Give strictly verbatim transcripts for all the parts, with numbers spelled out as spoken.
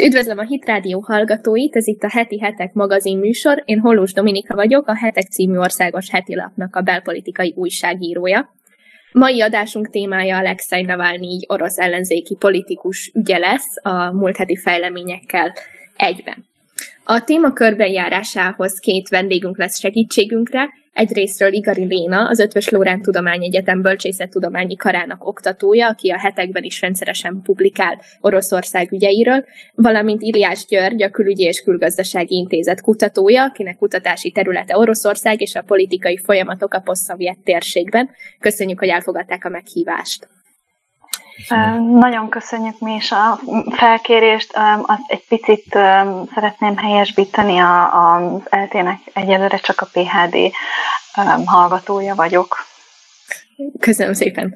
Üdvözlöm a Hit Rádió hallgatóit, ez itt a Heti Hetek magazin műsor. Én Hollós Dominika vagyok, a Hetek című országos hetilapnak a belpolitikai újságírója. Mai adásunk témája Alekszej Navalnij orosz ellenzéki politikus ügye lesz a múlt heti fejleményekkel egyben. A téma körbenjárásához két vendégünk lesz segítségünkre. Egyrészről Igari Léna, az Eötvös Loránd Tudományegyetem Bölcsészettudományi Karának oktatója, aki a hetekben is rendszeresen publikál Oroszország ügyeiről, valamint Iliás György, a Külügyi és Külgazdasági Intézet kutatója, akinek kutatási területe Oroszország és a politikai folyamatok a posztszovjet térségben. Köszönjük, hogy elfogadták a meghívást. Nagyon köszönjük mi is a felkérést. Azt egy picit szeretném helyesbíteni, az é té-nek egyelőre csak a pé há dé hallgatója vagyok. Köszönöm szépen.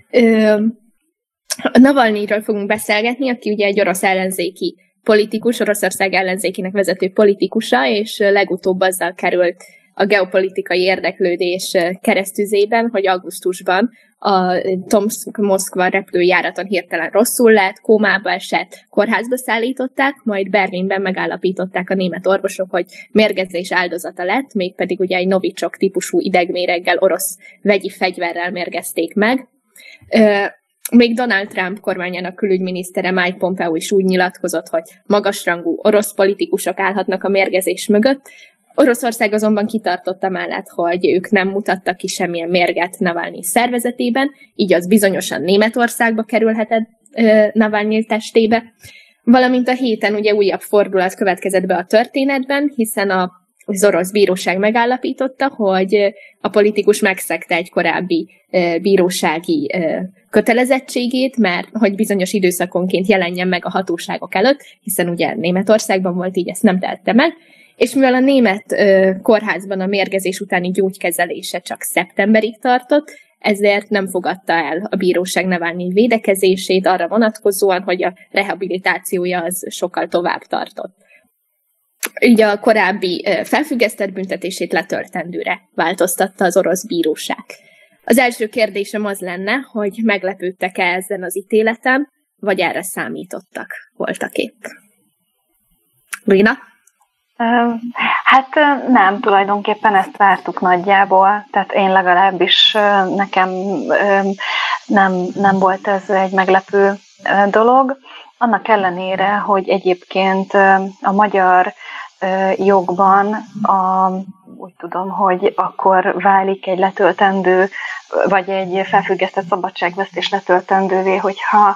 A Navalnijról fogunk beszélgetni, aki ugye egy orosz ellenzéki politikus, Oroszország ellenzékének vezető politikusa, és legutóbb azzal került a geopolitikai érdeklődés keresztüzében, hogy augusztusban a Tomszk-Moszkva repülőjáraton hirtelen rosszul lett, kómába esett, kórházba szállították, majd Berlinben megállapították a német orvosok, hogy mérgezés áldozata lett, mégpedig ugye egy Novichok típusú idegméreggel, orosz vegyi fegyverrel mérgezték meg. Még Donald Trump kormányának külügyminisztere Mike Pompeo is úgy nyilatkozott, hogy magasrangú orosz politikusok állhatnak a mérgezés mögött. Oroszország azonban kitartott amellett, hogy ők nem mutattak ki semmilyen mérget Navalnij szervezetében, így az bizonyosan Németországba kerülhetett uh, Navalnij testébe. Valamint a héten ugye újabb fordulat következett be a történetben, hiszen a, az orosz bíróság megállapította, hogy a politikus megszegte egy korábbi uh, bírósági uh, kötelezettségét, mert hogy bizonyos időszakonként jelenjen meg a hatóságok előtt, hiszen ugye Németországban volt, így ezt nem tette meg. És mivel a német ö, kórházban a mérgezés utáni gyógykezelése csak szeptemberig tartott, ezért nem fogadta el a bíróság Navalnij védekezését arra vonatkozóan, hogy a rehabilitációja az sokkal tovább tartott. Így a korábbi ö, felfüggesztett büntetését letöltendőre változtatta az orosz bíróság. Az első kérdésem az lenne, hogy meglepődtek-e ezen az ítéleten, vagy erre számítottak voltak épp? Léna? Hát nem, tulajdonképpen ezt vártuk nagyjából, tehát én legalábbis nekem nem, nem volt ez egy meglepő dolog. Annak ellenére, hogy egyébként a magyar jogban a, úgy tudom, hogy akkor válik egy letöltendő, vagy egy felfüggesztett szabadságvesztés letöltendővé, hogyha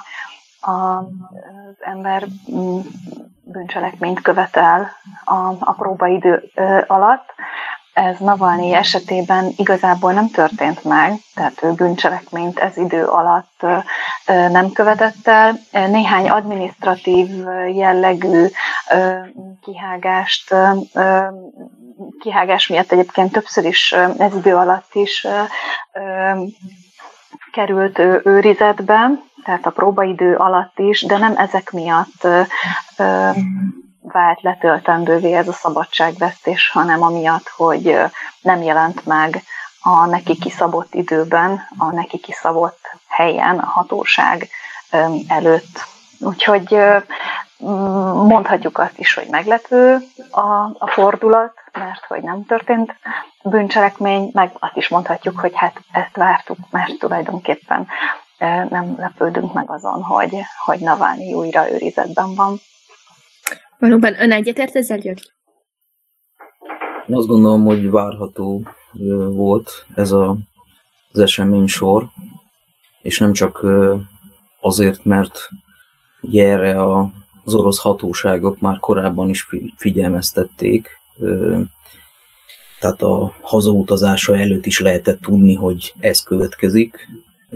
az ember bűncselekményt követel a, a próbaidő alatt. Ez Navalnij esetében igazából nem történt meg, tehát ő bűncselekményt ez idő alatt nem követett el. Néhány adminisztratív jellegű kihágást, kihágás miatt egyébként többször is ez idő alatt is került őrizetbe, tehát a próbaidő alatt is, de nem ezek miatt ö, ö, vált letöltendővé ez a szabadságvesztés, hanem amiatt, hogy nem jelent meg a neki kiszabott időben, a neki kiszabott helyen, a hatóság ö, előtt. Úgyhogy ö, mondhatjuk azt is, hogy meglepő a, a fordulat, mert hogy nem történt bűncselekmény, meg azt is mondhatjuk, hogy hát ezt vártuk, mert tulajdonképpen nem lepődünk meg azon, hogy, hogy Navalnij újra őrizetben van. Valóban ön egyetért ezzel, György? Én azt gondolom, hogy várható volt ez a, az eseménysor, és nem csak azért, mert ugye erre a, az orosz hatóságok már korábban is figyelmeztették, tehát a hazautazása előtt is lehetett tudni, hogy ez következik,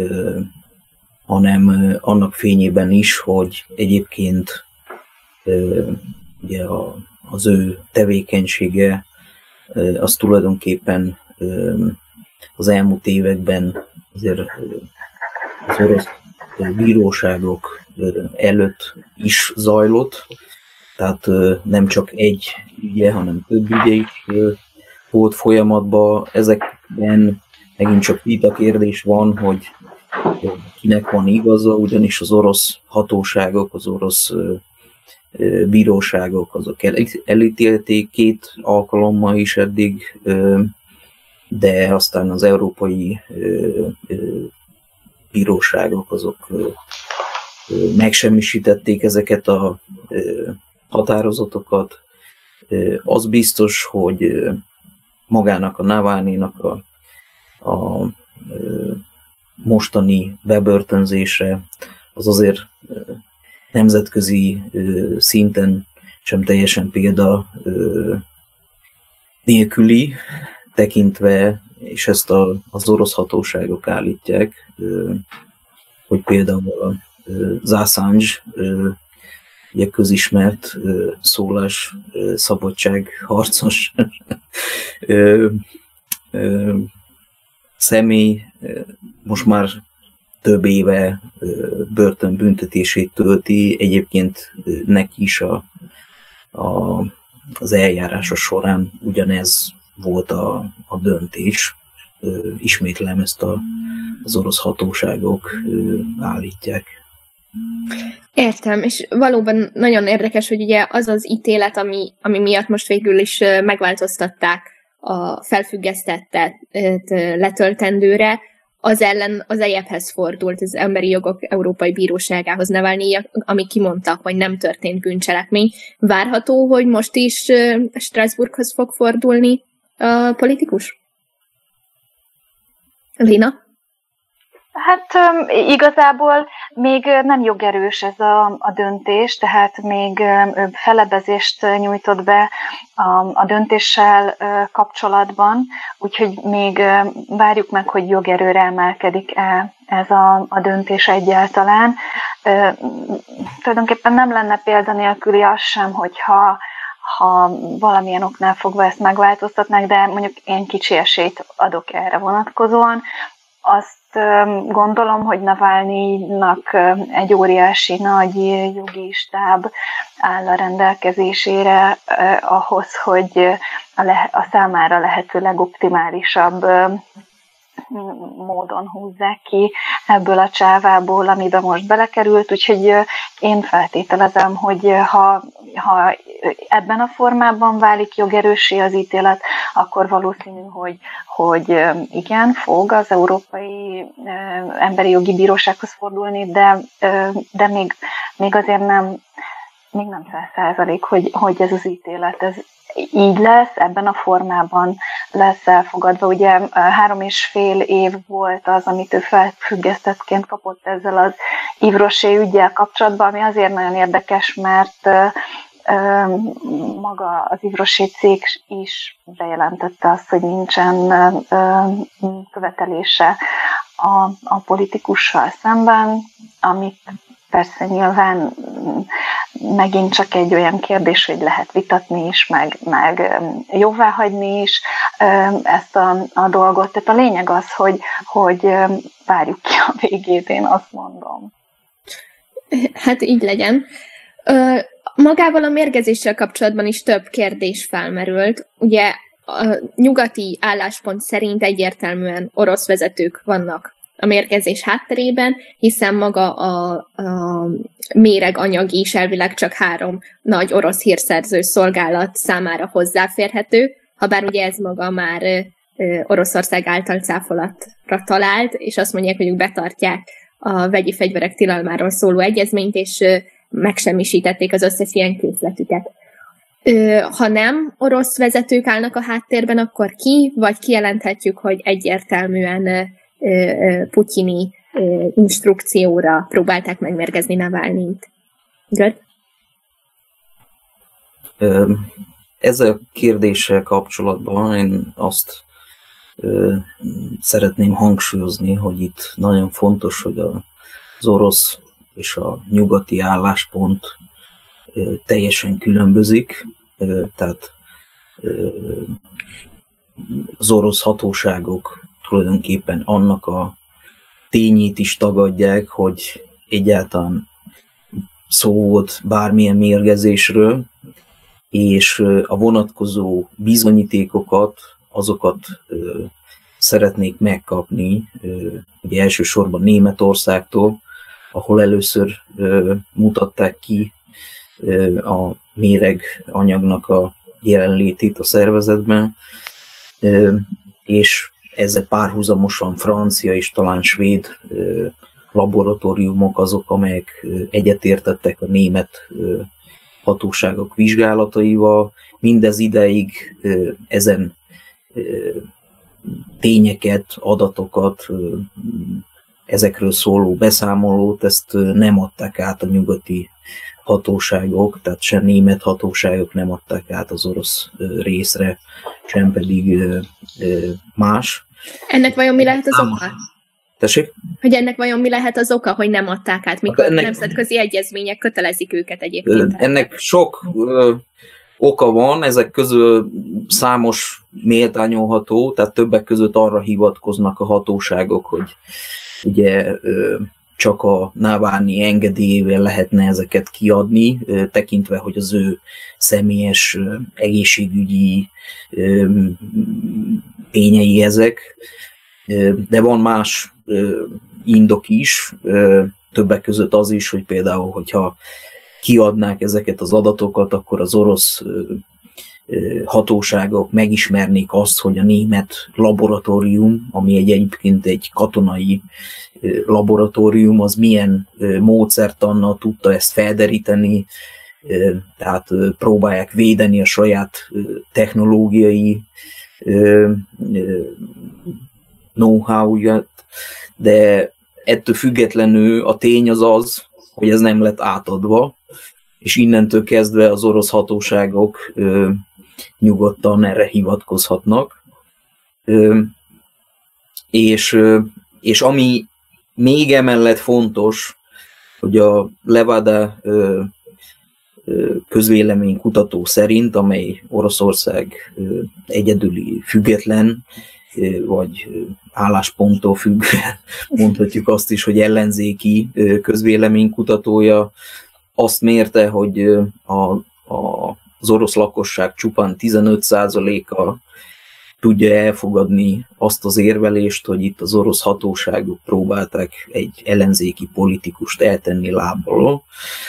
hanem annak fényében is, hogy egyébként ugye az ő tevékenysége az tulajdonképpen az elmúlt években azért az orosz bíróságok előtt is zajlott, tehát nem csak egy ügye, hanem több ügye is volt folyamatban. Ezekben megint csak vita kérdés van, hogy kinek van igaza, ugyanis az orosz hatóságok, az orosz bíróságok azok elítélték két alkalommal is eddig, de aztán az európai bíróságok azok megsemmisítették ezeket a határozatokat. Az biztos, hogy magának a Navalnyinak a, a mostani bebörtönzése az azért nemzetközi szinten sem teljesen példa nélküli, tekintve, és ezt a, az orosz hatóságok állítják, hogy például az Assange, ugye közismert szólás szabadság harcos személy most már több éve börtönbüntetését tölti, egyébként neki is a, a, az eljárása során ugyanez volt a, a döntés. Ismétlem, ezt a, az orosz hatóságok állítják. Értem, és valóban nagyon érdekes, hogy ugye az az ítélet, ami, ami miatt most végül is megváltoztatták a felfüggesztettet letöltendőre, az ellen az é e pé-hez fordult, az Emberi Jogok Európai Bíróságához, Navalnyi, ami kimondta, hogy nem történt bűncselekmény. Várható, hogy most is Strasbourghoz fog fordulni a politikus? Lina? Hát igazából még nem jogerős ez a, a döntés, tehát még felebezést nyújtott be a, a döntéssel kapcsolatban, úgyhogy még várjuk meg, hogy jogerőre emelkedik-e ez a, a döntés egyáltalán. Tulajdonképpen nem lenne példanélküli az sem, hogyha ha valamilyen oknál fogva ezt megváltoztatnák, de mondjuk én kicsi esélyt adok erre vonatkozóan. Azt gondolom, hogy Navalnyinak egy óriási nagy jogi stáb áll a rendelkezésére ahhoz, hogy a, le, a számára lehető legoptimálisabb módon húzzák ki ebből a csávából, amiben most belekerült, úgyhogy én feltételezem, hogy ha, ha ebben a formában válik jogerőssé az ítélet, akkor valószínű, hogy, hogy igen, fog az Európai Emberi Jogi Bírósághoz fordulni, de, de még, még azért nem, még nem száz százalék, hogy, hogy ez az ítélet ez így lesz, ebben a formában lesz elfogadva. Ugye három és fél év volt az, amit ő felfüggesztettként kapott ezzel az Yves Rocher üggyel kapcsolatban, ami azért nagyon érdekes, mert maga az Yves Rocher cég is bejelentette azt, hogy nincsen követelése a, a politikussal szemben, amit persze nyilván megint csak egy olyan kérdés, hogy lehet vitatni is, meg, meg jóváhagyni is ezt a, a dolgot. Tehát a lényeg az, hogy, hogy várjuk ki a végét, én azt mondom. Hát így legyen. Magával a mérgezéssel kapcsolatban is több kérdés felmerült. Ugye a nyugati álláspont szerint egyértelműen orosz vezetők vannak a mérgezés hátterében, hiszen maga a, a méreganyag is elvileg csak három nagy orosz hírszerző szolgálat számára hozzáférhető, habár ugye ez maga már Oroszország által cáfolatra talált, és azt mondják, hogy ők betartják a vegyi fegyverek tilalmáról szóló egyezményt, és megsemmisítették az összes ilyen készletüket. Ha nem orosz vezetők állnak a háttérben, akkor ki, vagy kijelenthetjük, hogy egyértelműen putyini instrukcióra próbálták megmérgezni Navalnyit. Good? Ezzel a kérdéssel kapcsolatban én azt szeretném hangsúlyozni, hogy itt nagyon fontos, hogy az orosz és a nyugati álláspont teljesen különbözik, tehát az orosz hatóságok tulajdonképpen annak a tényét is tagadják, hogy egyáltalán szó volt bármilyen mérgezésről, és a vonatkozó bizonyítékokat, azokat szeretnék megkapni, ugye elsősorban Németországtól, ahol először mutatták ki a méreg anyagnak a jelenlétét a szervezetben, és ezzel párhuzamosan francia és talán svéd laboratóriumok azok, amelyek egyetértettek a német hatóságok vizsgálataival. Mindez ideig ezen tényeket, adatokat, ezekről szóló beszámolót, ezt nem adták át a nyugati hatóságok, tehát sem német hatóságok nem adták át az orosz részre, sem pedig más. Ennek vajon mi lehet az oka? Tessék? Hogy ennek vajon mi lehet az oka, hogy nem adták át, mikor ennek, nemzetközi egyezmények kötelezik őket egyébként? Ennek sok ö, oka van, ezek közül számos méltányolható, tehát többek között arra hivatkoznak a hatóságok, hogy ugye ö, csak a Navalnyi engedélyével lehetne ezeket kiadni, ö, tekintve, hogy az ő személyes ö, egészségügyi ö, tényei ezek. De van más indok is, többek között az is, hogy például, hogyha kiadnák ezeket az adatokat, akkor az orosz hatóságok megismernék azt, hogy a német laboratórium, ami egy egyébként egy katonai laboratórium, az milyen módszertannal tudta ezt felderíteni, tehát próbálják védeni a saját technológiai know-how-ját, de ettől függetlenül a tény az az, hogy ez nem lett átadva, és innentől kezdve az orosz hatóságok ö, nyugodtan erre hivatkozhatnak. Ö, és, ö, és ami még emellett fontos, hogy a Levada ö, ö, közvéleménykutató szerint, amely Oroszország ö, egyedüli független, vagy állásponttól függően mondhatjuk azt is, hogy ellenzéki közvéleménykutatója, azt mérte, hogy a, a, az orosz lakosság csupán tizenöt százaléka tudja elfogadni azt az érvelést, hogy itt az orosz hatóságok próbálták egy ellenzéki politikust eltenni lábbal.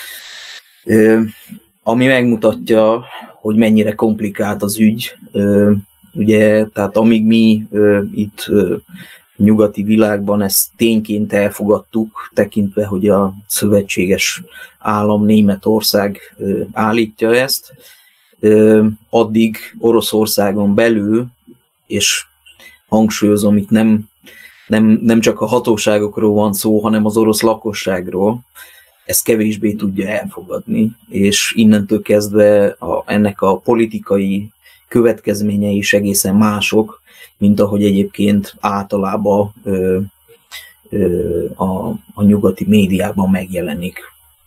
Ami megmutatja, hogy mennyire komplikált az ügy. Ugye, tehát amíg mi uh, itt uh, nyugati világban ezt tényként elfogadtuk, tekintve, hogy a szövetséges állam Németország uh, állítja ezt, uh, addig Oroszországon belül, és hangsúlyozom, itt nem, nem, nem csak a hatóságokról van szó, hanem az orosz lakosságról, ezt kevésbé tudja elfogadni, és innentől kezdve a, ennek a politikai következményei is egészen mások, mint ahogy egyébként általában ö, ö, a, a nyugati médiában megjelenik.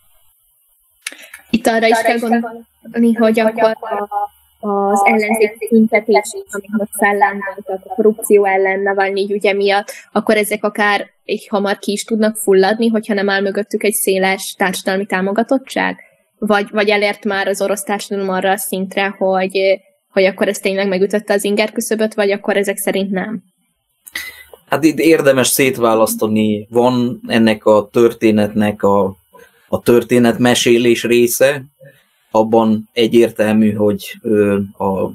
Itt arra is kell gondolni, hogy akkor az ellenzéki tüntetések, amik most fellángoltak a korrupció ellen, Navalnyi ügye miatt, akkor ezek akár így hamar ki is tudnak fulladni, hogyha nem áll mögöttük egy széles társadalmi támogatottság? Vagy, vagy elért már az orosz társadalom arra a szintre, hogy hogy akkor ez tényleg megütötte az inger küszöböt, vagy akkor ezek szerint nem? Hát itt érdemes szétválasztani. Van ennek a történetnek a, a történetmesélés része, abban egyértelmű, hogy a, a,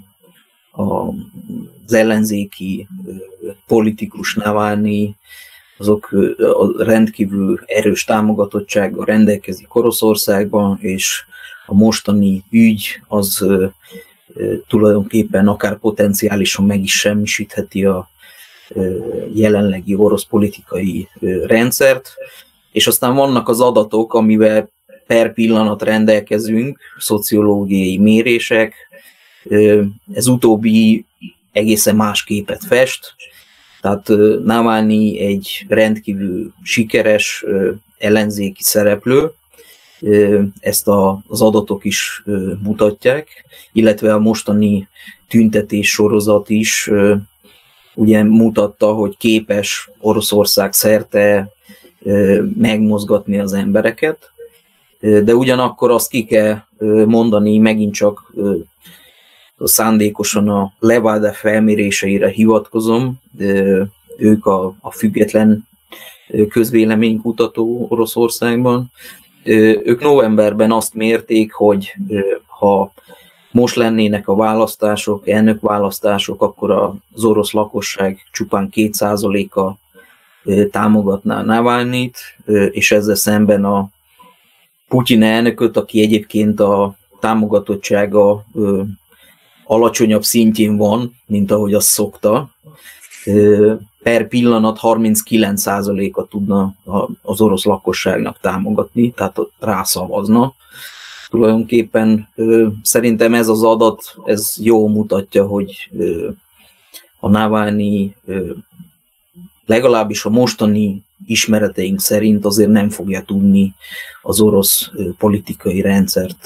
az ellenzéki politikus Navalnyi, azok a rendkívül erős támogatottsággal rendelkezik Oroszországban, és a mostani ügy az tulajdonképpen akár potenciálisan meg is semmisítheti a jelenlegi orosz politikai rendszert, és aztán vannak az adatok, amivel per pillanat rendelkezünk, szociológiai mérések, ez utóbbi egészen más képet fest, tehát Navalnyi egy rendkívül sikeres ellenzéki szereplő, ezt a, az adatok is mutatják, illetve a mostani tüntetés sorozat is ugye mutatta, hogy képes Oroszország szerte megmozgatni az embereket, de ugyanakkor azt ki kell mondani, megint csak szándékosan a Levada felméréseire hivatkozom, ők a, a független közvéleménykutató Oroszországban, ők novemberben azt mérték, hogy ha most lennének a választások, elnökválasztások, akkor az orosz lakosság csupán két százaléka támogatná Navalnyit, és ezzel szemben a Putyin elnököt, aki egyébként a támogatottsága alacsonyabb szintjén van, mint ahogy azt szokta, per pillanat harminckilenc százaléka tudna az orosz lakosságnak támogatni, tehát rászavazna. Tulajdonképpen szerintem ez az adat, ez jól mutatja, hogy a Navalnyi legalábbis a mostani ismereteink szerint azért nem fogja tudni az orosz politikai rendszert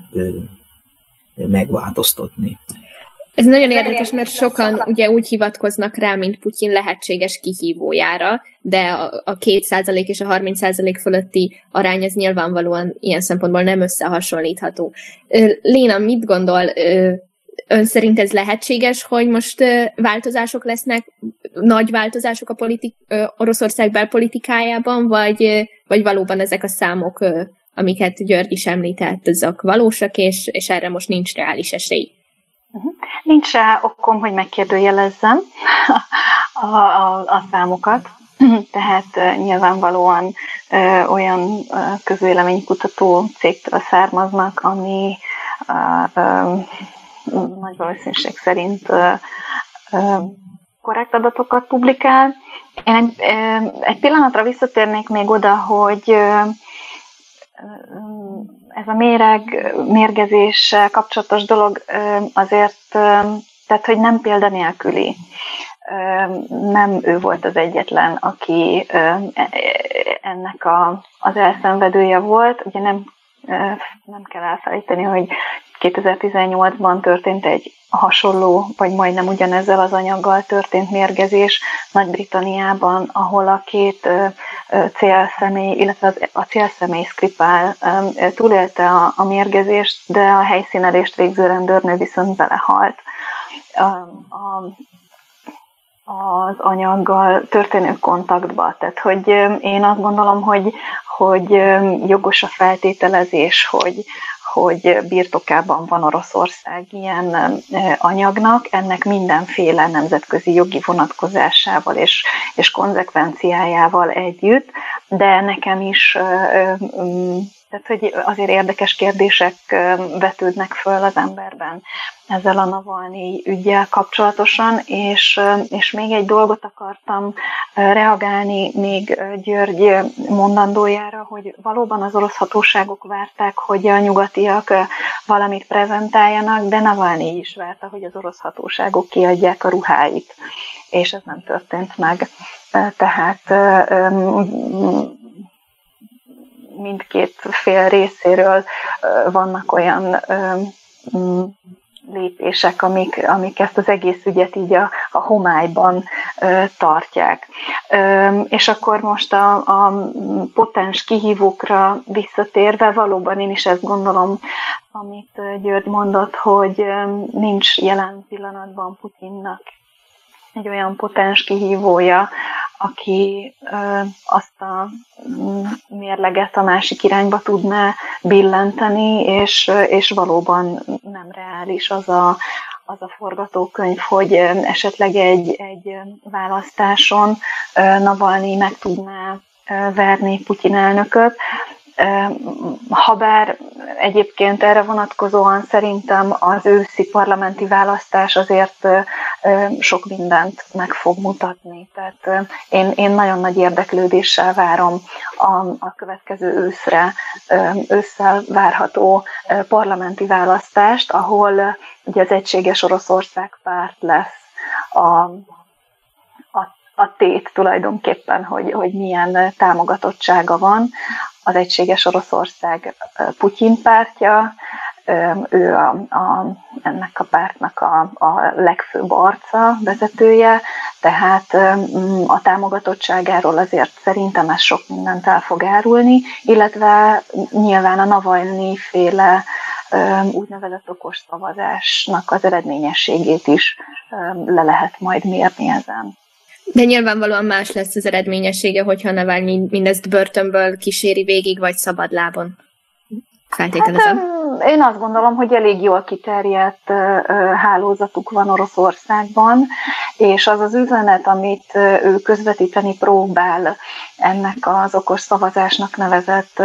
megváltoztatni. Ez nagyon érdekes, mert sokan ugye úgy hivatkoznak rá, mint Putyin lehetséges kihívójára, de a, a két százalék és a harminc százalék fölötti arány az nyilvánvalóan ilyen szempontból nem összehasonlítható. Léna, mit gondol? Ön szerint ez lehetséges, hogy most változások lesznek, nagy változások a politik, Oroszország belpolitikájában, vagy, vagy valóban ezek a számok, amiket György is említett, ezek valósak, és, és erre most nincs reális esély? Nincs rá okom, hogy megkérdőjelezzem a, a, a számokat. Tehát nyilvánvalóan ö, olyan ö, közvéleménykutató cégtől származnak, ami ö, ö, nagy valószínűség szerint ö, ö, korrekt adatokat publikál. Én egy, ö, egy pillanatra visszatérnék még oda, hogy ö, ez a méreg, mérgezéssel kapcsolatos dolog azért, tehát hogy nem példanélküli. Nem ő volt az egyetlen, aki ennek a, az elszenvedője volt. Ugye nem, nem kell elfelejteni, hogy kétezer-tizennyolcban történt egy hasonló, vagy majdnem ugyanezzel az anyaggal történt mérgezés Nagy-Britanniában, ahol a két célszemély, illetve az, a célszemély Skripal túlélte a, a mérgezést, de a helyszínelést végző rendőrnő viszont belehalt a, a, az anyaggal történő kontaktba. Tehát, hogy én azt gondolom, hogy, hogy jogos a feltételezés, hogy hogy birtokában van Oroszország ilyen anyagnak, ennek mindenféle nemzetközi jogi vonatkozásával és, és konzekvenciájával együtt, de nekem is, tehát hogy azért érdekes kérdések vetődnek föl az emberben ezzel a Navalnyi üggyel kapcsolatosan, és, és még egy dolgot akartam reagálni még György mondandójára, hogy valóban az orosz hatóságok várták, hogy a nyugatiak valamit prezentáljanak, de Navalnyi is várta, hogy az orosz hatóságok kiadják a ruháit, és ez nem történt meg. Tehát mindkét fél részéről vannak olyan lépések, amik, amik ezt az egész ügyet így a, a homályban ö, tartják. Ö, és akkor most a, a potens kihívókra visszatérve, valóban én is ezt gondolom, amit György mondott, hogy nincs jelen pillanatban Putyinnak egy olyan potens kihívója, aki ö, azt a mérleget a másik irányba tudná billenteni, és, és valóban nem reális az a, az a forgatókönyv, hogy esetleg egy, egy választáson Navalnyi meg tudná verni Putyin elnököt. Habár egyébként erre vonatkozóan szerintem az őszi parlamenti választás azért sok mindent meg fog mutatni. Tehát én, én nagyon nagy érdeklődéssel várom a, a következő őszre, ősszel várható parlamenti választást, ahol ugye az Egységes Oroszország párt lesz a a tét tulajdonképpen, hogy, hogy milyen támogatottsága van. Az Egységes Oroszország Putyin pártja, ő a, a, ennek a pártnak a, a legfőbb arca, vezetője, tehát a támogatottságáról azért szerintem ez sok mindent el fog árulni, illetve nyilván a Navalnyi féle úgynevezett okos szavazásnak az eredményességét is le lehet majd mérni ezen. De nyilvánvalóan más lesz az eredményessége, hogyha Navalnyi mindezt börtönből kíséri végig, vagy szabadlábon. Feltételezem. Hát, én azt gondolom, hogy elég jól kiterjedt hálózatuk van Oroszországban, és az az üzenet, amit ő közvetíteni próbál ennek az okos szavazásnak nevezett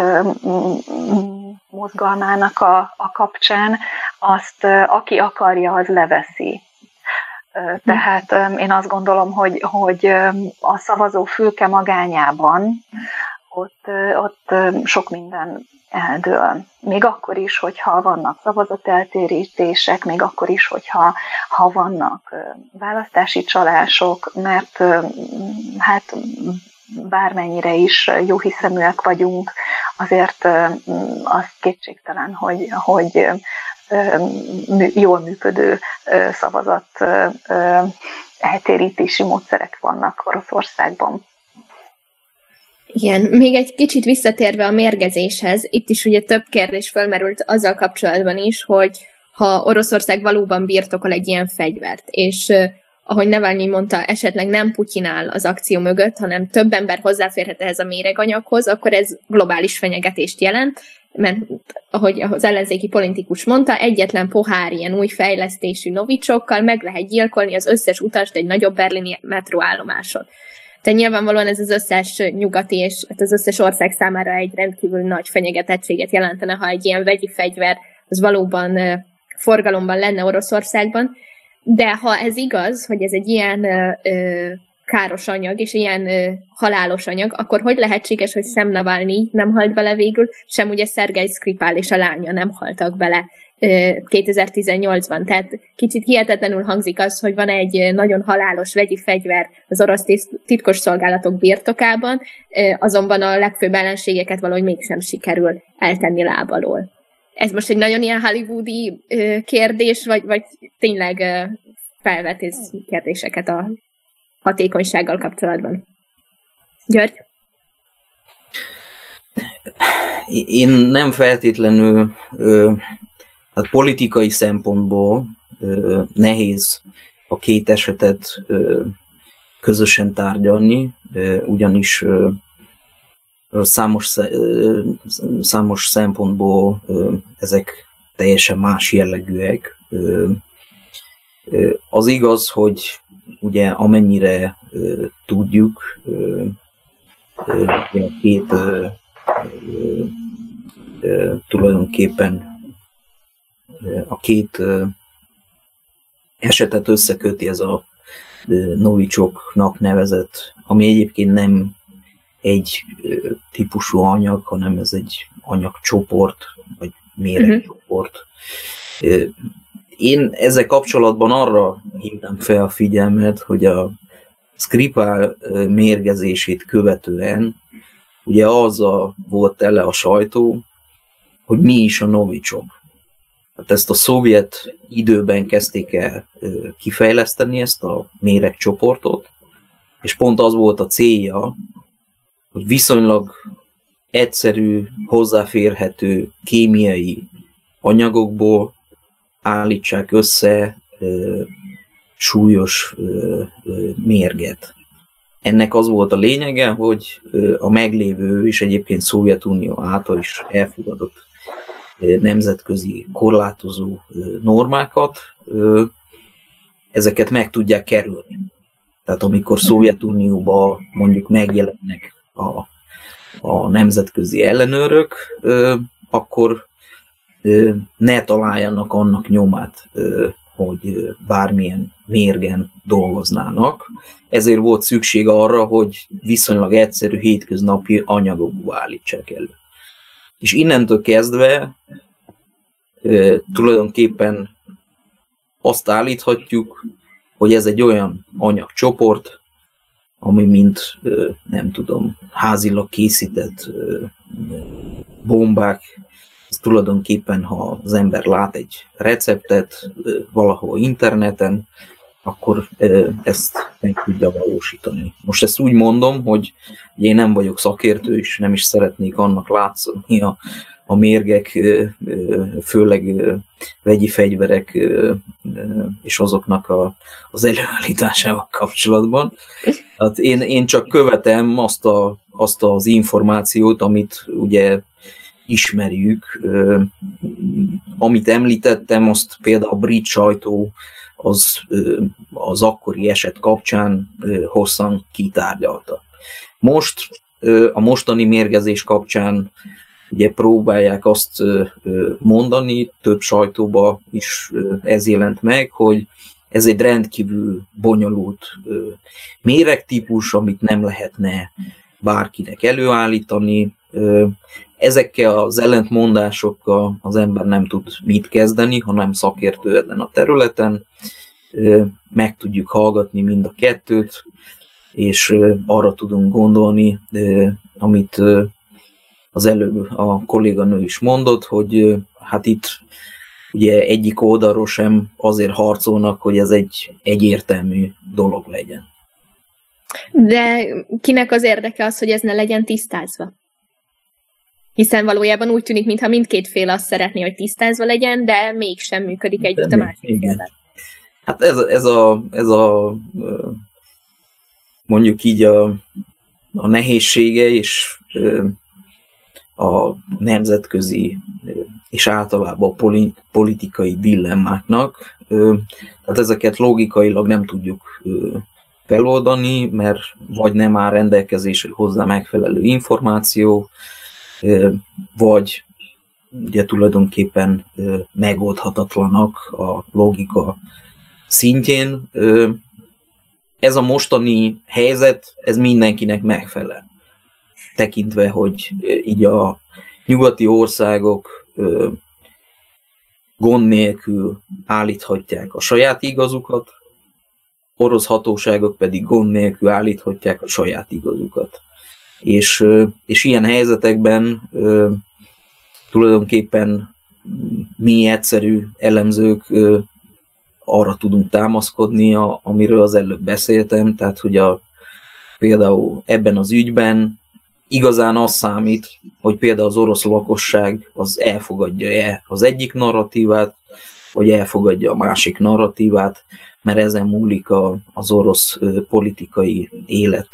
mozgalmának a, a kapcsán, azt aki akarja, az leveszi. Tehát én azt gondolom, hogy, hogy a szavazó fülke magányában ott, ott sok minden eldől. Még akkor is, hogyha vannak szavazateltérítések, még akkor is, hogyha ha vannak választási csalások, mert hát bármennyire is jóhiszeműek vagyunk, azért az kétségtelen, hogy, hogy jól működő szavazat eltérítési módszerek vannak Oroszországban. Igen, még egy kicsit visszatérve a mérgezéshez, itt is ugye több kérdés felmerült azzal kapcsolatban is, hogy ha Oroszország valóban birtokol egy ilyen fegyvert, és ahogy Navalnyi mondta, esetleg nem Putyin áll az akció mögött, hanem több ember hozzáférhet ehhez a méreganyaghoz, akkor ez globális fenyegetést jelent, mert ahogy az ellenzéki politikus mondta, egyetlen pohár ilyen új fejlesztésű novicsokkal meg lehet gyilkolni az összes utast egy nagyobb berlini metróállomáson. Tehát nyilvánvalóan ez az összes nyugati és az összes ország számára egy rendkívül nagy fenyegetettséget jelentene, ha egy ilyen vegyi fegyver az valóban forgalomban lenne Oroszországban. De ha ez igaz, hogy ez egy ilyen ö, káros anyag, és ilyen ö, halálos anyag, akkor hogy lehetséges, hogy Sam Navalnyi nem halt bele végül, sem ugye Szergej Skripal és a lánya nem haltak bele ö, kétezer-tizennyolcban. Tehát kicsit hihetetlenül hangzik az, hogy van egy nagyon halálos vegyi fegyver az orosz titkos szolgálatok birtokában, ö, azonban a legfőbb ellenségeket valahogy mégsem sikerül eltenni lábalól. Ez most egy nagyon ilyen hollywoodi ö, kérdés, vagy, vagy tényleg ö, felvet kérdéseket a hatékonysággal kapcsolatban? György? Én nem feltétlenül, ö, hát politikai szempontból ö, nehéz a két esetet ö, közösen tárgyalni, ö, ugyanis ö, Számos, számos szempontból ezek teljesen más jellegűek. Az igaz, hogy ugye amennyire tudjuk, a két tulajdonképpen a két esetet összeköti ez a novicsoknak nevezett, ami egyébként nem egy típusú anyag, hanem ez egy anyagcsoport, vagy méregcsoport. Uh-huh. Én ezzel kapcsolatban arra hívnám fel a figyelmet, hogy a Skripal mérgezését követően ugye azzal volt tele a sajtó, hogy mi is a novicsok. Hát ezt a szovjet időben kezdték el kifejleszteni, ezt a méregcsoportot, és pont az volt a célja, hogy viszonylag egyszerű, hozzáférhető kémiai anyagokból állítsák össze ö, súlyos ö, ö, mérget. Ennek az volt a lényege, hogy ö, a meglévő és egyébként Szovjetunió által is elfogadott ö, nemzetközi korlátozó ö, normákat, ö, ezeket meg tudják kerülni. Tehát amikor Szovjetunióban mondjuk megjelennek A, a nemzetközi ellenőrök, ö, akkor ö, ne találjanak annak nyomát, ö, hogy bármilyen mérgen dolgoznának. Ezért volt szükség arra, hogy viszonylag egyszerű hétköznapi anyagokból állítsák elő. És innentől kezdve ö, tulajdonképpen azt állíthatjuk, hogy ez egy olyan anyagcsoport, ami mint, nem tudom, házilag készített bombák. Ez tulajdonképpen, ha az ember lát egy receptet valahol interneten, akkor ezt meg tudja valósítani. Most ezt úgy mondom, hogy én nem vagyok szakértő, és nem is szeretnék annak látszani a, a mérgek, főleg vegyi fegyverek és azoknak a, az előállításával kapcsolatban. Hát én, én csak követem azt, a, azt az információt, amit ugye ismerjük. Amit említettem, azt például a brit sajtó az, az akkori eset kapcsán hosszan kitárgyalta. Most a mostani mérgezés kapcsán ugye próbálják azt mondani, több sajtóba is ez jelent meg, hogy ez egy rendkívül bonyolult méregtípus, amit nem lehetne bárkinek előállítani. Ezekkel az ellentmondásokkal az ember nem tud mit kezdeni, ha nem szakértő ezen a területen. Meg tudjuk hallgatni mind a kettőt, és arra tudunk gondolni, amit az előbb a kolléganő is mondott, hogy hát itt ugye egyik oldalról sem azért harcolnak, hogy ez egy egyértelmű dolog legyen. De kinek az érdeke az, hogy ez ne legyen tisztázva? Hiszen valójában úgy tűnik, mintha mindkét fél azt szeretné, hogy tisztázva legyen, de mégsem működik együtt a másik félben. Hát ez, ez, a, ez a mondjuk így a, a nehézsége és a nemzetközi és általában a politikai dilemmáknak. Tehát ezeket logikailag nem tudjuk feloldani, mert vagy nem áll rendelkezésre hozzá megfelelő információ, vagy ugye tulajdonképpen megoldhatatlanak a logika szintjén. Ez a mostani helyzet, ez mindenkinek megfelel. Tekintve, hogy így a nyugati országok gond nélkül állíthatják a saját igazukat, orosz hatóságok pedig gond nélkül állíthatják a saját igazukat. És, és ilyen helyzetekben tulajdonképpen mi egyszerű elemzők arra tudunk támaszkodni, amiről az előbb beszéltem, tehát hogy a, például ebben az ügyben igazán az számít, hogy például az orosz lakosság az elfogadja-e az egyik narratívát, vagy elfogadja a másik narratívát, mert ezen múlik a, az orosz politikai élet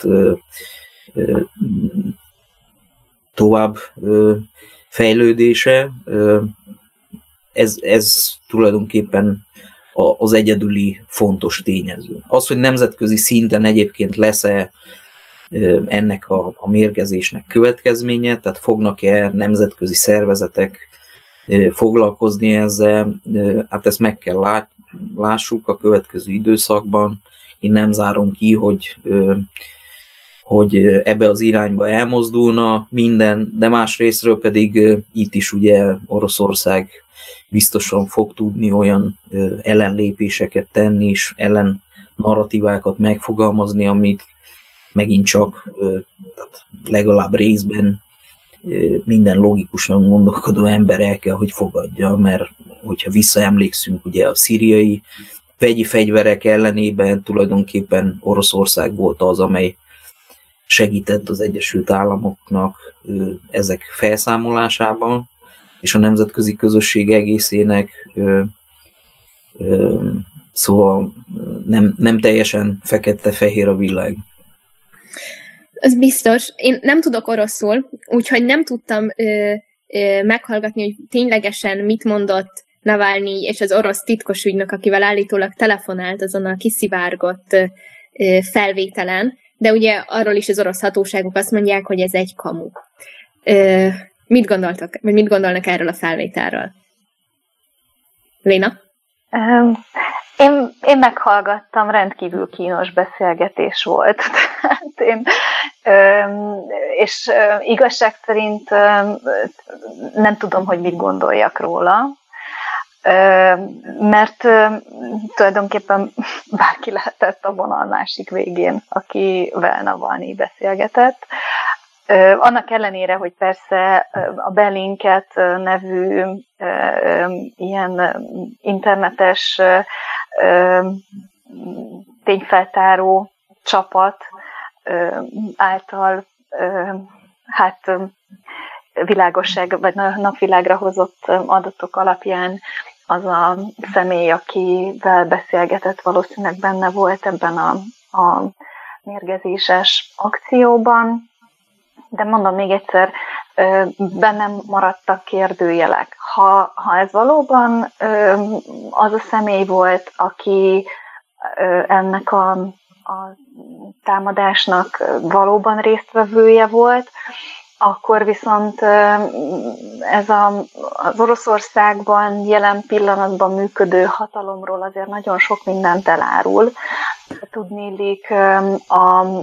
tovább fejlődése. Ez, ez tulajdonképpen az egyedüli fontos tényező. Az, hogy nemzetközi szinten egyébként lesz-e ennek a, a mérgezésnek következménye, tehát fognak-e nemzetközi szervezetek foglalkozni ezzel, hát ezt meg kell lát, lássuk a következő időszakban. Én nem zárom ki, hogy, hogy ebbe az irányba elmozdulna minden, de más részről pedig itt is ugye Oroszország biztosan fog tudni olyan ellenlépéseket tenni, és ellen narratívákat megfogalmazni, amit megint csak legalább részben minden logikusan gondolkodó ember el kell, hogy fogadja, mert hogyha visszaemlékszünk ugye a szíriai vegyi fegyverek ellenében, tulajdonképpen Oroszország volt az, amely segített az Egyesült Államoknak ezek felszámolásában, és a nemzetközi közösség egészének, szóval nem, nem teljesen fekete-fehér a világ. Ez biztos. Én nem tudok oroszul, úgyhogy nem tudtam ö, ö, meghallgatni, hogy ténylegesen mit mondott Navalnyi és az orosz titkos ügynök, akivel állítólag telefonált azon a kiszivárgott ö, ö, felvételen, de ugye arról is az orosz hatóságok azt mondják, hogy ez egy kamu. Ö, mit gondoltak, vagy mit gondolnak erről a felvételről? Léna? Um. Én, én meghallgattam, rendkívül kínos beszélgetés volt. Tehát én, és igazság szerint nem tudom, hogy mit gondoljak róla, mert tulajdonképpen bárki lehetett a vonal másik végén, akivel Navalnyi beszélgetett. Annak ellenére, hogy persze a Bellingcat nevű ilyen internetes tényfeltáró csapat által hát világosság, vagy napvilágra hozott adatok alapján az a személy, akivel beszélgetett, valószínűleg benne volt ebben a, a mérgezéses akcióban. De mondom még egyszer, bennem maradtak kérdőjelek. Ha, ha ez valóban az a személy volt, aki ennek a, a támadásnak valóban résztvevője volt, akkor viszont ez a, az Oroszországban jelen pillanatban működő hatalomról azért nagyon sok mindent elárul. Tudniillik a, a,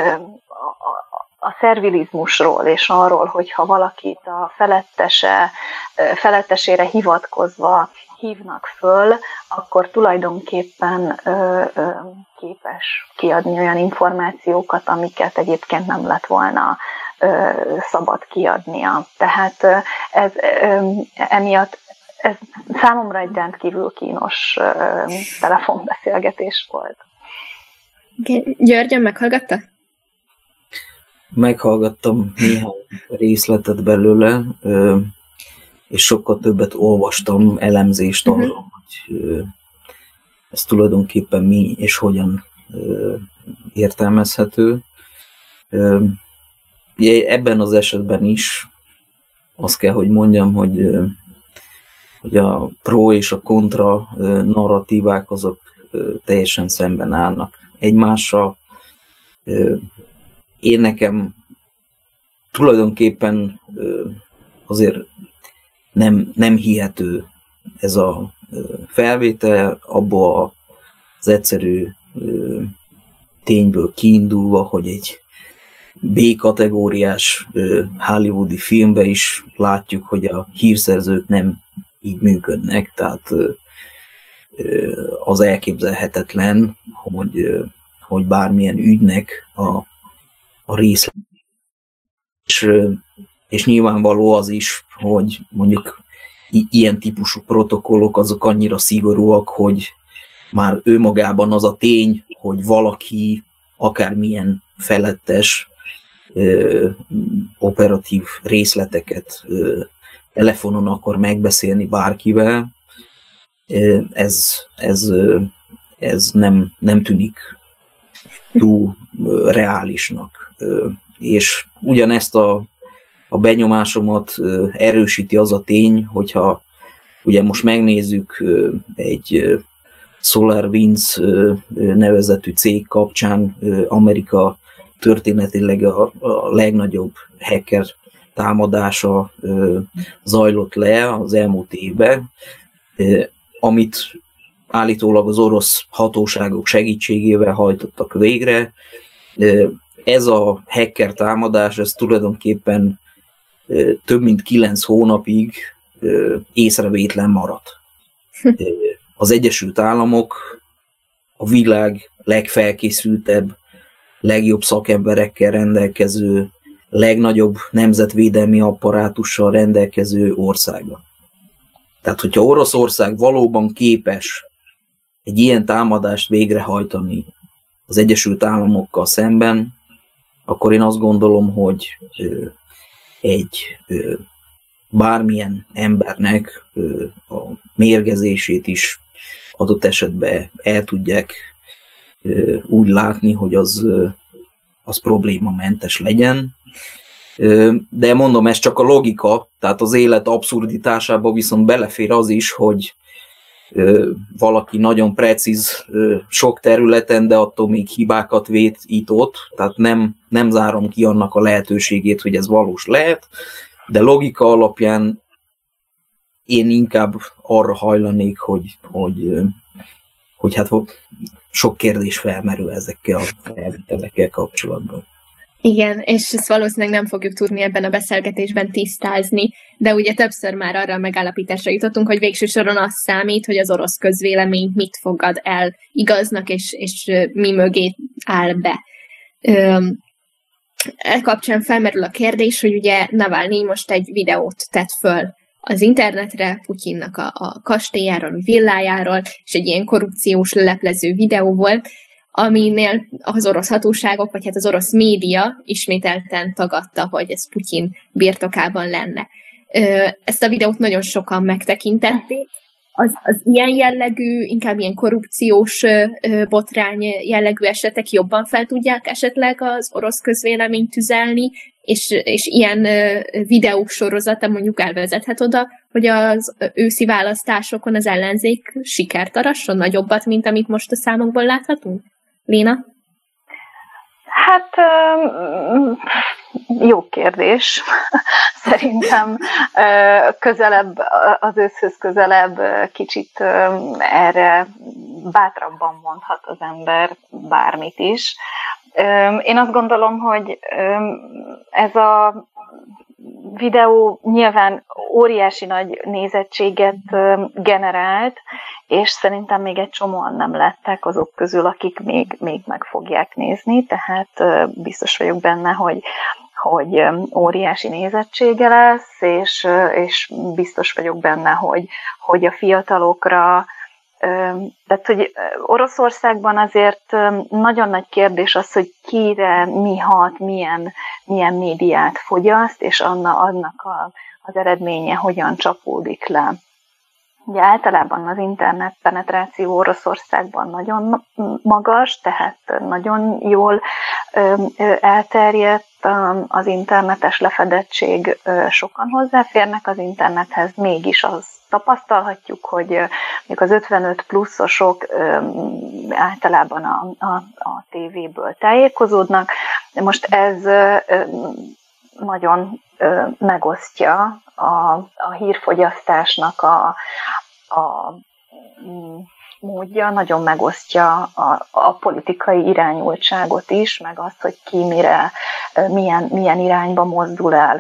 a szervilizmusról és arról, hogyha valakit a felettese, felettesére hivatkozva hívnak föl, akkor tulajdonképpen ö, ö, képes kiadni olyan információkat, amiket egyébként nem lett volna ö, szabad kiadnia. Tehát ez ö, emiatt ez számomra egy rendkívül kínos ö, telefonbeszélgetés volt. Györgyön, meghallgatta? Meghallgattam néhány részletet belőle, ö, és sokkal többet olvastam elemzést arra, uh-huh. hogy ö, ez tulajdonképpen mi és hogyan ö, értelmezhető. Ö, ebben az esetben is azt kell, hogy mondjam, hogy, ö, hogy a pro és a kontra ö, narratívák azok ö, teljesen szemben állnak egymással. Ö, én nekem tulajdonképpen ö, azért Nem, nem hihető ez a felvétel, abból az egyszerű tényből kiindulva, hogy egy B-kategóriás hollywoodi filmben is látjuk, hogy a hírszerzők nem így működnek, tehát az elképzelhetetlen, hogy, hogy bármilyen ügynek a, a részlet. És, és nyilvánvaló az is, hogy mondjuk i- ilyen típusú protokollok azok annyira szigorúak, hogy már ő magában az a tény, hogy valaki akármilyen felettes ö, operatív részleteket ö, telefonon akar megbeszélni bárkivel, ö, ez, ez, ö, ez nem, nem tűnik túl ö, reálisnak. Ö, és ugyanezt a A benyomásomat erősíti az a tény, hogyha ugye most megnézzük egy SolarWinds nevezetű cég kapcsán, Amerika történetileg a, a legnagyobb hacker támadása zajlott le az elmúlt évben, amit állítólag az orosz hatóságok segítségével hajtottak végre. Ez a hacker támadás, ez tulajdonképpen több mint kilenc hónapig észrevétlen maradt. Az Egyesült Államok a világ legfelkészültebb, legjobb szakemberekkel rendelkező, legnagyobb nemzetvédelmi apparátussal rendelkező országa. Tehát, hogyha Oroszország valóban képes egy ilyen támadást végrehajtani az Egyesült Államokkal szemben, akkor én azt gondolom, hogy egy bármilyen embernek a mérgezését is adott esetben el tudják úgy látni, hogy az, az problémamentes legyen. De mondom, ez csak a logika, tehát az élet abszurditásába viszont belefér az is, hogy valaki nagyon precíz sok területen, de attól még hibákat vét itt-ott, tehát nem, nem zárom ki annak a lehetőségét, hogy ez valós lehet, de logika alapján én inkább arra hajlanék, hogy, hogy, hogy hát sok kérdés felmerül ezekkel a felvételekkel kapcsolatban. Igen, és ezt valószínűleg nem fogjuk tudni ebben a beszélgetésben tisztázni, de ugye többször már arra a megállapításra jutottunk, hogy végső soron az számít, hogy az orosz közvélemény mit fogad el igaznak, és, és mi mögé áll be. E kapcsán felmerül a kérdés, hogy ugye Navalnyi most egy videót tett föl az internetre, Putyinnak a, a kastélyáról, villájáról, és egy ilyen korrupciós leleplező videó volt, aminél az orosz hatóságok, vagy hát az orosz média ismételten tagadta, hogy ez Putyin birtokában lenne. Ezt a videót nagyon sokan megtekintették. Az, az ilyen jellegű, inkább ilyen korrupciós botrány jellegű esetek jobban fel tudják esetleg az orosz közvéleményt tüzelni, és, és ilyen videók sorozata mondjuk elvezethet oda, hogy az őszi választásokon az ellenzék sikert arasson nagyobbat, mint amit most a számokból láthatunk? Léna? Hát jó kérdés. Szerintem közelebb, az őszhöz közelebb kicsit erre bátrabban mondhat az ember bármit is. Én azt gondolom, hogy ez a videó nyilván óriási nagy nézettséget generált, és szerintem még egy csomóan nem lettek azok közül, akik még, még meg fogják nézni, tehát biztos vagyok benne, hogy, hogy óriási nézettsége lesz, és, és biztos vagyok benne, hogy, hogy a fiatalokra, tehát, hogy Oroszországban azért nagyon nagy kérdés az, hogy kire mi hat, milyen, milyen médiát fogyaszt, és annak a, az eredménye hogyan csapódik le. Ugye általában az internet penetráció Oroszországban nagyon magas, tehát nagyon jól elterjedt az internetes lefedettség, sokan hozzáférnek az internethez, mégis az tapasztalhatjuk, hogy mondjuk az ötvenöt pluszosok általában a, a, a tévéből tájékozódnak. Most ez nagyon megosztja a, a hírfogyasztásnak a, a módja, nagyon megosztja a, a politikai irányultságot is, meg azt, hogy ki mire, milyen, milyen irányba mozdul el.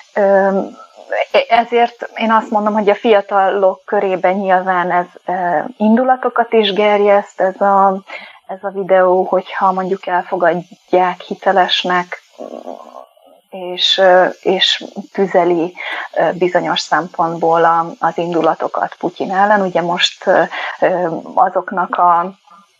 Ezért én azt mondom, hogy a fiatalok körében nyilván ez indulatokat is gerjeszt, ez a, ez a videó, hogyha mondjuk elfogadják hitelesnek, és, és tüzeli bizonyos szempontból az indulatokat Putyin ellen. Ugye most azoknak a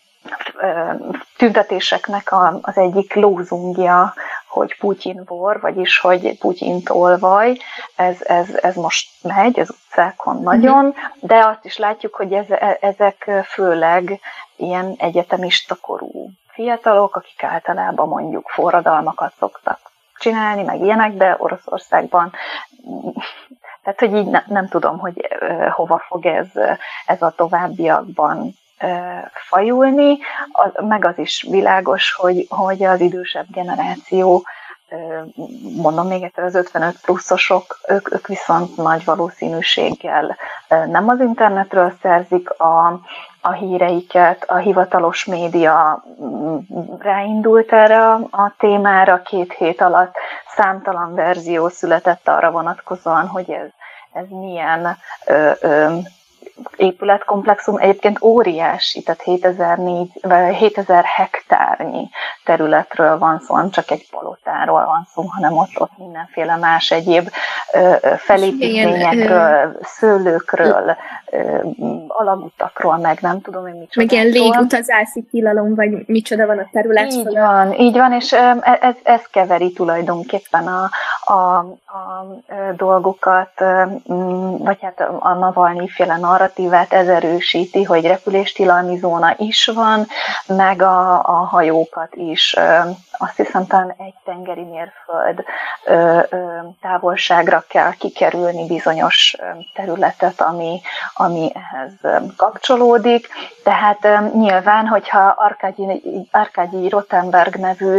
tüntetéseknek az egyik lózungja, hogy Putyin vor, vagyis hogy Putyin tolvaj, ez, ez, ez most megy az utcákon nagyon, de azt is látjuk, hogy ez, ezek főleg ilyen egyetemista korú fiatalok, akik általában mondjuk forradalmakat szoktak csinálni, meg ilyenek, de Oroszországban, tehát hogy így ne, nem tudom, hogy uh, hova fog ez, ez a továbbiakban uh, fajulni, az, meg az is világos, hogy, hogy az idősebb generáció, uh, mondom még egyszer, az ötvenöt pluszosok, ők, ők viszont nagy valószínűséggel uh, nem az internetről szerzik a a híreiket, a hivatalos média ráindult erre a témára, két hét alatt számtalan verzió született arra vonatkozóan, hogy ez, ez milyen ö, ö, épületkomplexum, egyébként óriási, tehát hétezer hektárnyi területről van szó, nem csak egy palotáról van szó, hanem ott, ott mindenféle más egyéb felépítményekről, szőlőkről, alagutakról, meg nem tudom én micsoda. Meg ilyen légutazási tilalom, vagy micsoda van a terület. Így van, így van, és ez, ez keveri tulajdonképpen a, a, a dolgokat, vagy hát a Navalnyi-féle narratívát ez erősíti, hogy repüléstilalmi zóna is van, meg a, a hajókat is, azt hiszem talán egy tengeri mérföld távolságra kell kikerülni bizonyos területet, ami, ami ehhez kapcsolódik. Tehát nyilván, hogyha Arkádyi, Arkádyi Rotenberg nevű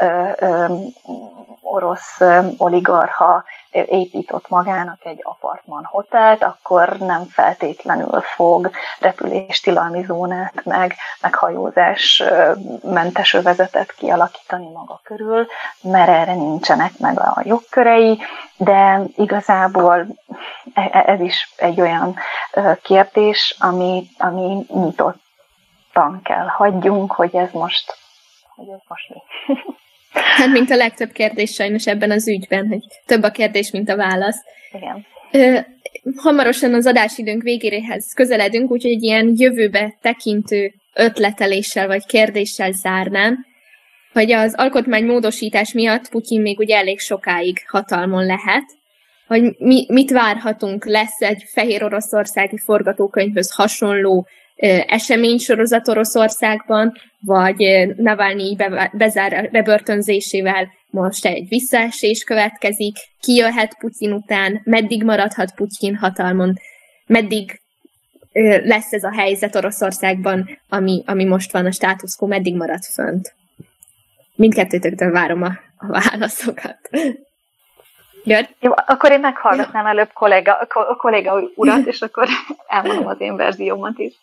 orosz oligarcha épított magának egy apartman hotelt, akkor nem feltétlenül fog repüléstilalmi zónát, meg, meg hajózás mentes övezetet kialakítani maga körül, mert erre nincsenek meg a jogkörei, de igazából ez is egy olyan kérdés, ami, ami nyitottan kell hagyjunk, hogy ez most, hogy ez most mi. Hát, mint a legtöbb kérdés sajnos ebben az ügyben, hogy több a kérdés, mint a válasz. Igen. Hamarosan az adásidőnk végéhez közeledünk, úgyhogy egy ilyen jövőbe tekintő ötleteléssel vagy kérdéssel zárnám, hogy az alkotmánymódosítás miatt Putyin még ugye elég sokáig hatalmon lehet, hogy mi, mit várhatunk, lesz egy fehér oroszországi forgatókönyvhöz hasonló ö, eseménysorozat Oroszországban, vagy ö, Navalnyi be, bezár, bebörtönzésével most egy visszaesés következik, ki jöhet Putyin után, meddig maradhat Putyin hatalmon, meddig ö, lesz ez a helyzet Oroszországban, ami, ami most van, a status quo, meddig marad fönt. Mindkettőtöktől várom a, a válaszokat. György? Jó, akkor én meghallgatnám előbb kolléga, a kolléga urat, és akkor elmondom az én verziómat is.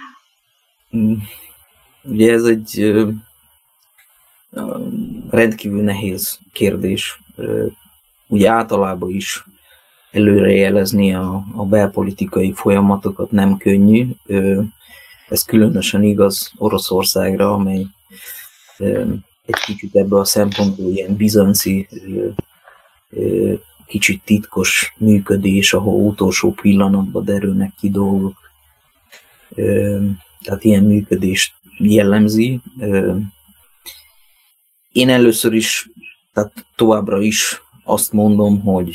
Ugye ez egy rendkívül nehéz kérdés. Ugye általában is előrejelezni a, a belpolitikai folyamatokat nem könnyű. Ez különösen igaz Oroszországra, amely egy kicsit ebből a szempontból ilyen bizanci, kicsit titkos működés, ahol utolsó pillanatban derülnek ki dolgok. Tehát ilyen működést jellemzi. Én először is, tehát továbbra is azt mondom, hogy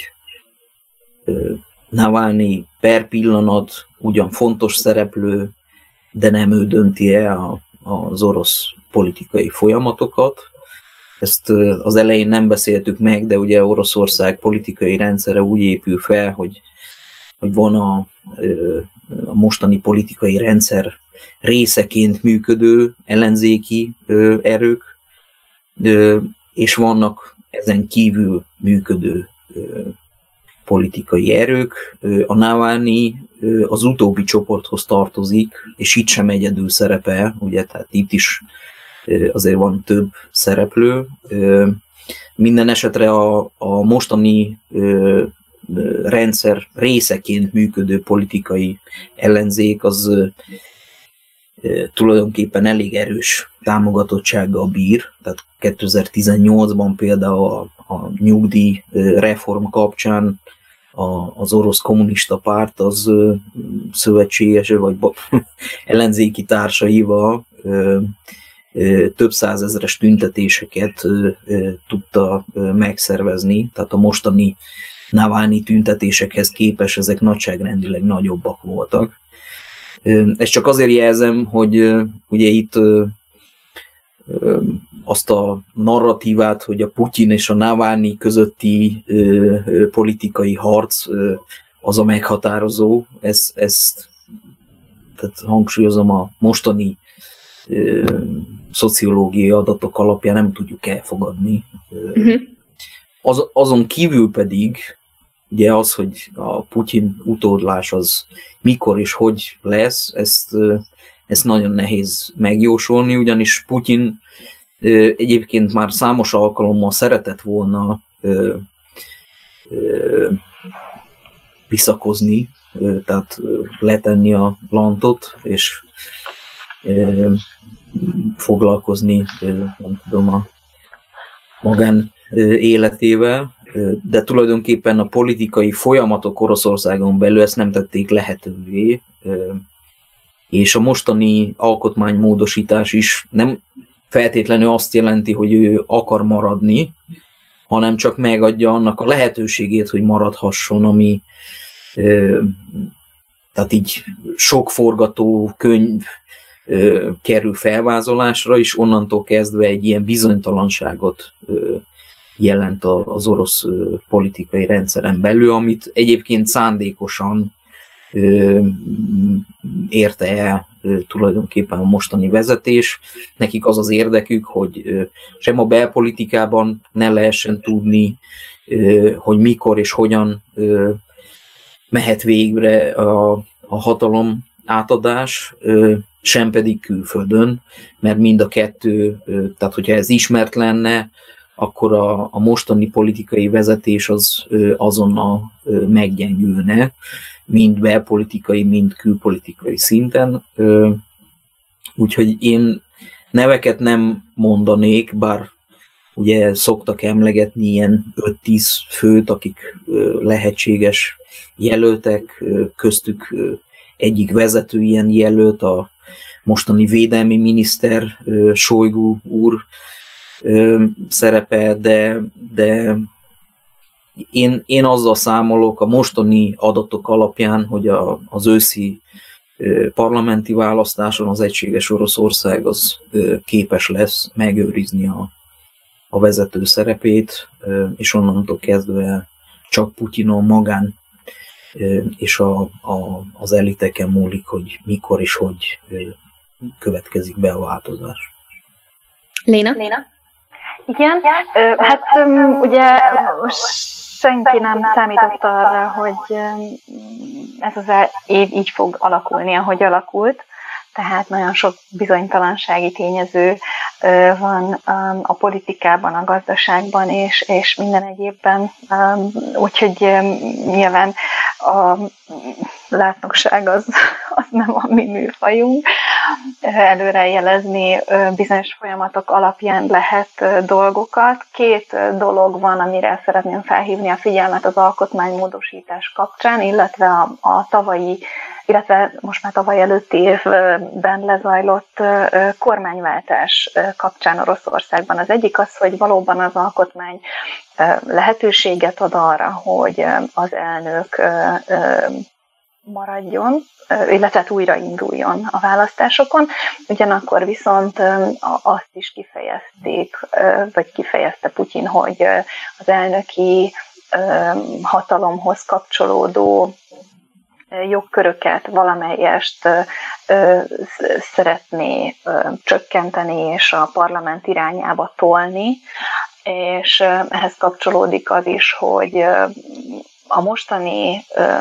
Navalnyi per pillanat ugyan fontos szereplő, de nem ő dönti el az orosz politikai folyamatokat. Ezt az elején nem beszéltük meg, de ugye Oroszország politikai rendszere úgy épül fel, hogy, hogy van a, a mostani politikai rendszer részeként működő ellenzéki erők, és vannak ezen kívül működő politikai erők. A Navalnyi az utóbbi csoporthoz tartozik, és itt sem egyedül szerepel, ugye, tehát itt is azért van több szereplő. Minden esetre a, a mostani rendszer részeként működő politikai ellenzék az tulajdonképpen elég erős támogatottsággal bír. Tehát kétezer-tizennyolcban például a, a nyugdíj reform kapcsán a, az orosz kommunista párt az szövetséges vagy ellenzéki társaival több százezres tüntetéseket tudta megszervezni, tehát a mostani Navalnyi tüntetésekhez képest ezek nagyságrendileg nagyobbak voltak. Ezt csak azért jelzem, hogy ugye itt azt a narratívát, hogy a Putyin és a Navalnyi közötti politikai harc az a meghatározó, ezt, ezt tehát hangsúlyozom, a mostani szociológiai adatok alapján nem tudjuk elfogadni. Uh-huh. Az, azon kívül pedig ugye az, hogy a Putyin utódlás az mikor és hogy lesz, ezt, ezt nagyon nehéz megjósolni, ugyanis Putyin egyébként már számos alkalommal szeretett volna visszakozni, tehát letenni a lantot, és foglalkozni, nem tudom, a magán életével, de tulajdonképpen a politikai folyamatok Oroszországon belül ezt nem tették lehetővé, és a mostani alkotmánymódosítás is nem feltétlenül azt jelenti, hogy ő akar maradni, hanem csak megadja annak a lehetőségét, hogy maradhasson, ami tehát így sok forgatókönyv kerül felvázolásra, és onnantól kezdve egy ilyen bizonytalanságot jelent az orosz politikai rendszeren belül, amit egyébként szándékosan érte el tulajdonképpen a mostani vezetés. Nekik az az érdekük, hogy sem a belpolitikában ne lehessen tudni, hogy mikor és hogyan mehet végre a, a hatalom átadás, sem pedig külföldön, mert mind a kettő, tehát hogyha ez ismert lenne, akkor a, a mostani politikai vezetés az azonnal meggyengülne, mind belpolitikai, mind külpolitikai szinten. Úgyhogy én neveket nem mondanék, bár ugye szoktak emlegetni ilyen öt-tíz főt, akik lehetséges jelöltek, köztük egyik vezető ilyen jelölt, a mostani védelmi miniszter Šojgu úr szerepe, de, de én, én azzal számolok a mostani adatok alapján, hogy a, az őszi parlamenti választáson az egységes Oroszország az képes lesz megőrizni a, a vezető szerepét, és onnantól kezdve csak Putyinon magán és a, a, az eliteken múlik, hogy mikor és hogy következik be a változás. Léna? Léna? Igen, hát ugye senki nem számított arra, hogy ez az év így fog alakulni, ahogy alakult, tehát nagyon sok bizonytalansági tényező van a politikában, a gazdaságban és, és minden egyébben, úgyhogy nyilván a látnokság az, az nem a mi műfajunk. Előrejelezni bizonyos folyamatok alapján lehet dolgokat. Két dolog van, amire szeretném felhívni a figyelmet az alkotmánymódosítás kapcsán, illetve a, a tavalyi, illetve most már tavaly előtti évben lezajlott kormányváltás kapcsán Oroszországban. Az egyik az, hogy valóban az alkotmány lehetőséget ad arra, hogy az elnök maradjon, illetve újrainduljon a választásokon. Ugyanakkor viszont azt is kifejezték, vagy kifejezte Putyin, hogy az elnöki hatalomhoz kapcsolódó jogköröket valamelyest szeretné csökkenteni és a parlament irányába tolni, és ehhez kapcsolódik az is, hogy a mostani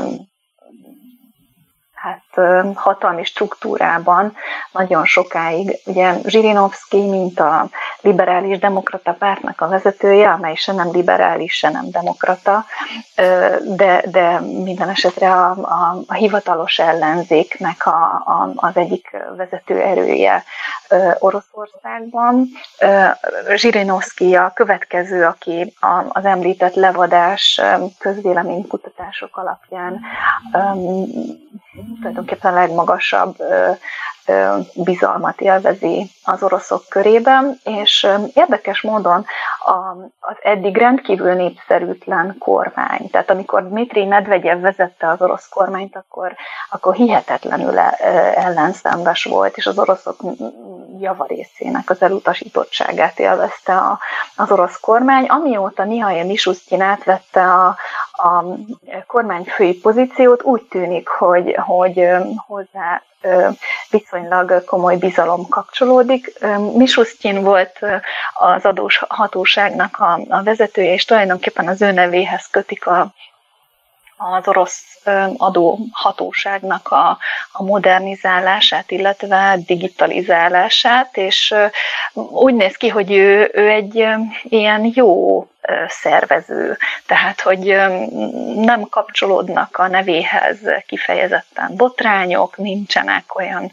hát hatalmi struktúrában nagyon sokáig, ugye Zsirinovszky, mint a liberális demokrata pártnak a vezetője, amely se nem liberális, se nem demokrata, de, de minden esetre a, a, a hivatalos ellenzéknek a, a, az egyik vezető erője Oroszországban. Zsirinovszky a következő, aki az említett levadás közvéleménykutatások alapján tulajdonképpen a legmagasabb ö, ö, bizalmat élvezi az oroszok körében, és érdekes módon a, az eddig rendkívül népszerűtlen kormány, tehát amikor Dmitrij Medvegyev vezette az orosz kormányt, akkor, akkor hihetetlenül ellenszenves volt, és az oroszok javarészének az elutasítottságát élvezte a, az orosz kormány. Amióta Mihail Mishustin átvette a, a kormányfői pozíciót, úgy tűnik, hogy, hogy hozzá viszonylag komoly bizalom kapcsolódik. Mishustin volt az adós hatóságnak a, a vezetője, és tulajdonképpen az ő nevéhez kötik a az orosz adóhatóságnak a, a modernizálását, illetve digitalizálását, és úgy néz ki, hogy ő, ő egy ilyen jó szervező, tehát hogy nem kapcsolódnak a nevéhez kifejezetten botrányok, nincsenek olyan,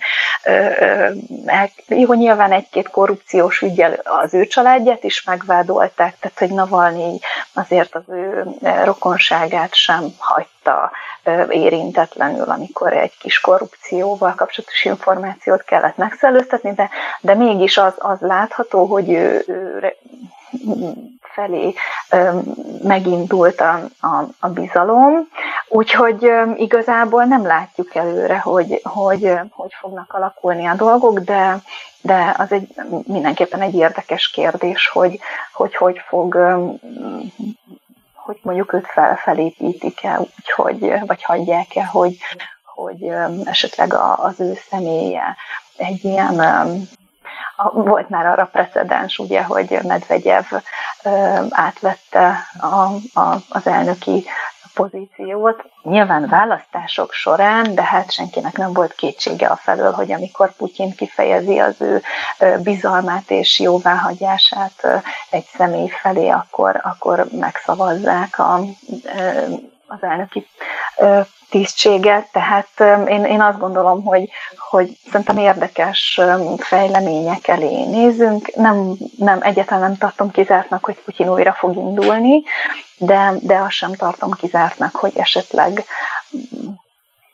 jó, nyilván egy-két korrupciós üggyel az ő családját is megvádolták, tehát hogy Navalnyi azért az ő rokonságát sem hagyta érintetlenül, amikor egy kis korrupcióval kapcsolatos információt kellett megszellőztetni, de, de mégis az, az látható, hogy ő, ő felé megindult a, a, a bizalom, úgyhogy igazából nem látjuk előre, hogy hogy, hogy fognak alakulni a dolgok, de, de az egy, mindenképpen egy érdekes kérdés, hogy hogy, hogy fog, hogy mondjuk őt fel, felépítik-e, úgyhogy, vagy hagyják-e, hogy, hogy esetleg az ő személye egy ilyen... Volt már arra precedens, ugye, hogy Medvegyev átvette a, a, az elnöki pozíciót. Nyilván választások során, de hát senkinek nem volt kétsége afelől, hogy amikor Putyin kifejezi az ő bizalmát és jóváhagyását egy személy felé, akkor, akkor megszavazzák a, az elnöki tisztséget, tehát én, én azt gondolom, hogy, hogy szerintem érdekes fejlemények elé nézünk. Nem, nem, egyáltalán nem tartom kizártnak, hogy Putyin újra fog indulni, de, de azt sem tartom kizártnak, hogy esetleg lesz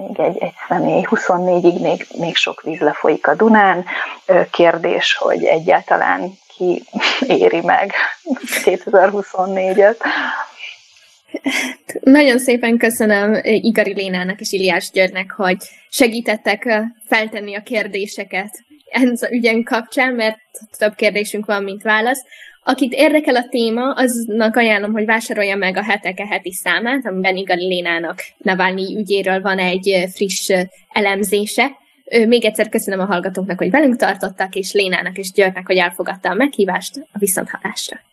még egy, egy személy, huszonnégyig még, még sok víz lefolyik a Dunán. Kérdés, hogy egyáltalán ki éri meg kétezer-huszonnégyet. Nagyon szépen köszönöm Igari Lénának és Iliás Györgynek, hogy segítettek feltenni a kérdéseket ez a ügyen kapcsán, mert több kérdésünk van, mint válasz. Akit érdekel a téma, aznak ajánlom, hogy vásárolja meg a Heteke heti számát, amiben Igari Lénának Navalnyi ügyéről van egy friss elemzése. Még egyszer köszönöm a hallgatóknak, hogy velünk tartottak, és Lénának és Györgynek, hogy elfogadta a meghívást. A viszonthallásra.